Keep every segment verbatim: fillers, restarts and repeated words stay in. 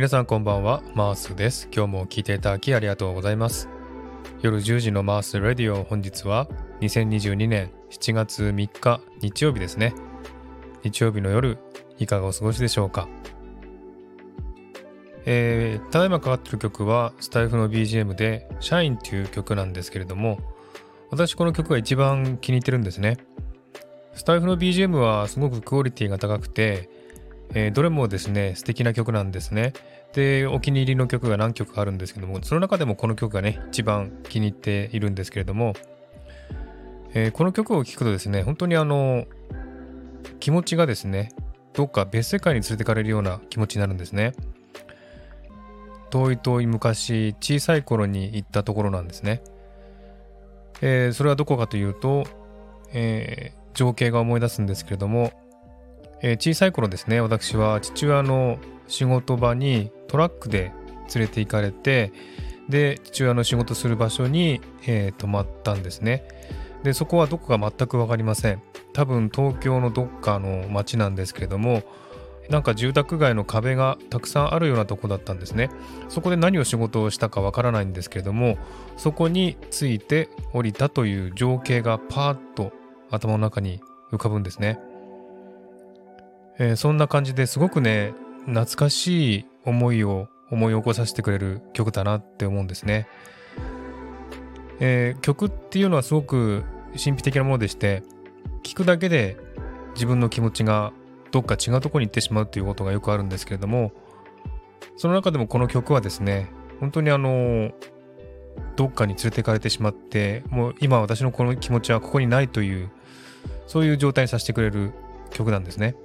皆さんこんばんは、マースです。今日も聞いていただきありがとうございます。夜じゅうじのマースラディオ、本日はにせんにじゅうにねんしちがつみっか日曜日ですね。日曜日の夜、いかがお過ごしでしょうか。えー、ただいまかかっている曲はスタイフの ビージーエム でシャインという曲なんですけれども、私この曲が一番気に入ってるんですね。スタイフの ビージーエム はすごくクオリティが高くて、えー、どれもですね素敵な曲なんですね。で、お気に入りの曲が何曲かあるんですけども、その中でもこの曲がね一番気に入っているんですけれども、えー、この曲を聴くとですね、本当にあの気持ちがですね、どっか別世界に連れてかれるような気持ちになるんですね。遠い遠い昔、小さい頃に行ったところなんですね。えー、それはどこかというと、えー、情景が思い出すんですけれども、えー、小さい頃ですね、私は父親の仕事場にトラックで連れて行かれて、で父親の仕事する場所に、えー、泊まったんですね。でそこはどこか全く分かりません。多分東京のどっかの町なんですけれども、なんか住宅街の壁がたくさんあるようなとこだったんですね。そこで何を仕事をしたかわからないんですけれども、そこに着いて降りたという情景がパーッと頭の中に浮かぶんですね。えー、そんな感じですごくね、懐かしい思いを思い起こさせてくれる曲だなって思うんですね。えー、曲っていうのはすごく神秘的なものでして、聴くだけで自分の気持ちがどっか違うところに行ってしまうということがよくあるんですけれども、その中でもこの曲はですね、本当にあのどっかに連れて行かれてしまって、もう今私のこの気持ちはここにないという、そういう状態にさせてくれる曲なんですね。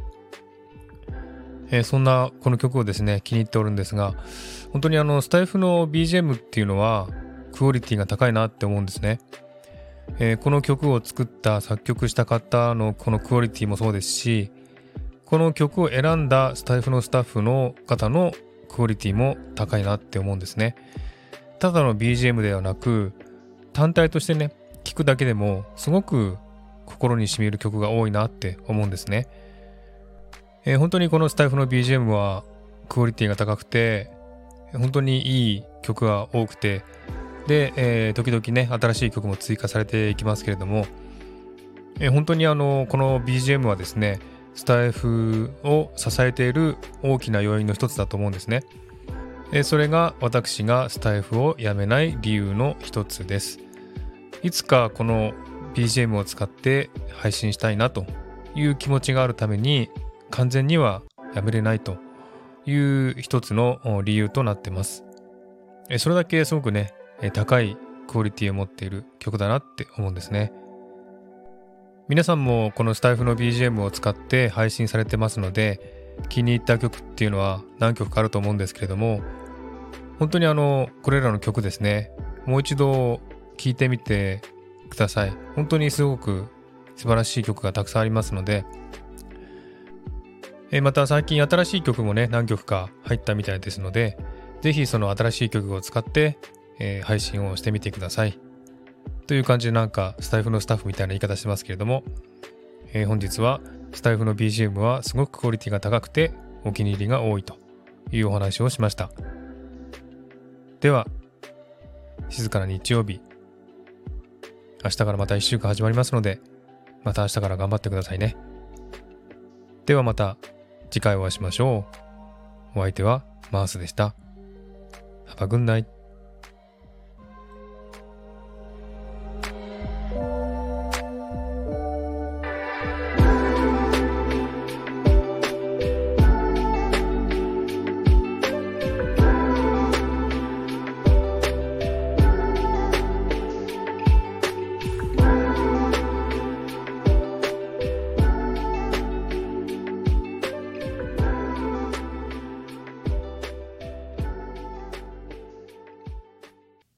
えー、そんなこの曲をですね気に入っておるんですが、本当にあのスタイフの ビージーエム っていうのはクオリティが高いなって思うんですね。えー、この曲を作った作曲した方のこのクオリティもそうですし、この曲を選んだスタイフのスタッフの方のクオリティも高いなって思うんですね。ただの ビージーエム ではなく、単体としてね聴くだけでもすごく心に染みる曲が多いなって思うんですね。えー、本当にこのスタイフの ビージーエム はクオリティが高くて、本当にいい曲が多くて、で、えー、時々ね新しい曲も追加されていきますけれども、えー、本当にあのこの ビージーエム はですね、スタイフを支えている大きな要因の一つだと思うんですね。えー、それが私がスタイフをやめない理由の一つです。いつかこの ビージーエム を使って配信したいなという気持ちがあるために、完全にはやめれないという一つの理由となっています。それだけすごくね高いクオリティを持っている曲だなって思うんですね。皆さんもこのスタイフの ビージーエム を使って配信されてますので、気に入った曲っていうのは何曲かあると思うんですけれども、本当にあのこれらの曲ですね、もう一度聴いてみてください。本当にすごく素晴らしい曲がたくさんありますので、また最近新しい曲もね何曲か入ったみたいですので、ぜひその新しい曲を使って、えー、配信をしてみてくださいという感じで、なんかスタイフのスタッフみたいな言い方してますけれども、えー、本日はスタイフの ビージーエム はすごくクオリティが高くてお気に入りが多いというお話をしました。では静かな日曜日、明日からまたいっしゅうかん始まりますので、また明日から頑張ってくださいね。ではまた次回お会いしましょう。お相手はマースでした。Have a good night.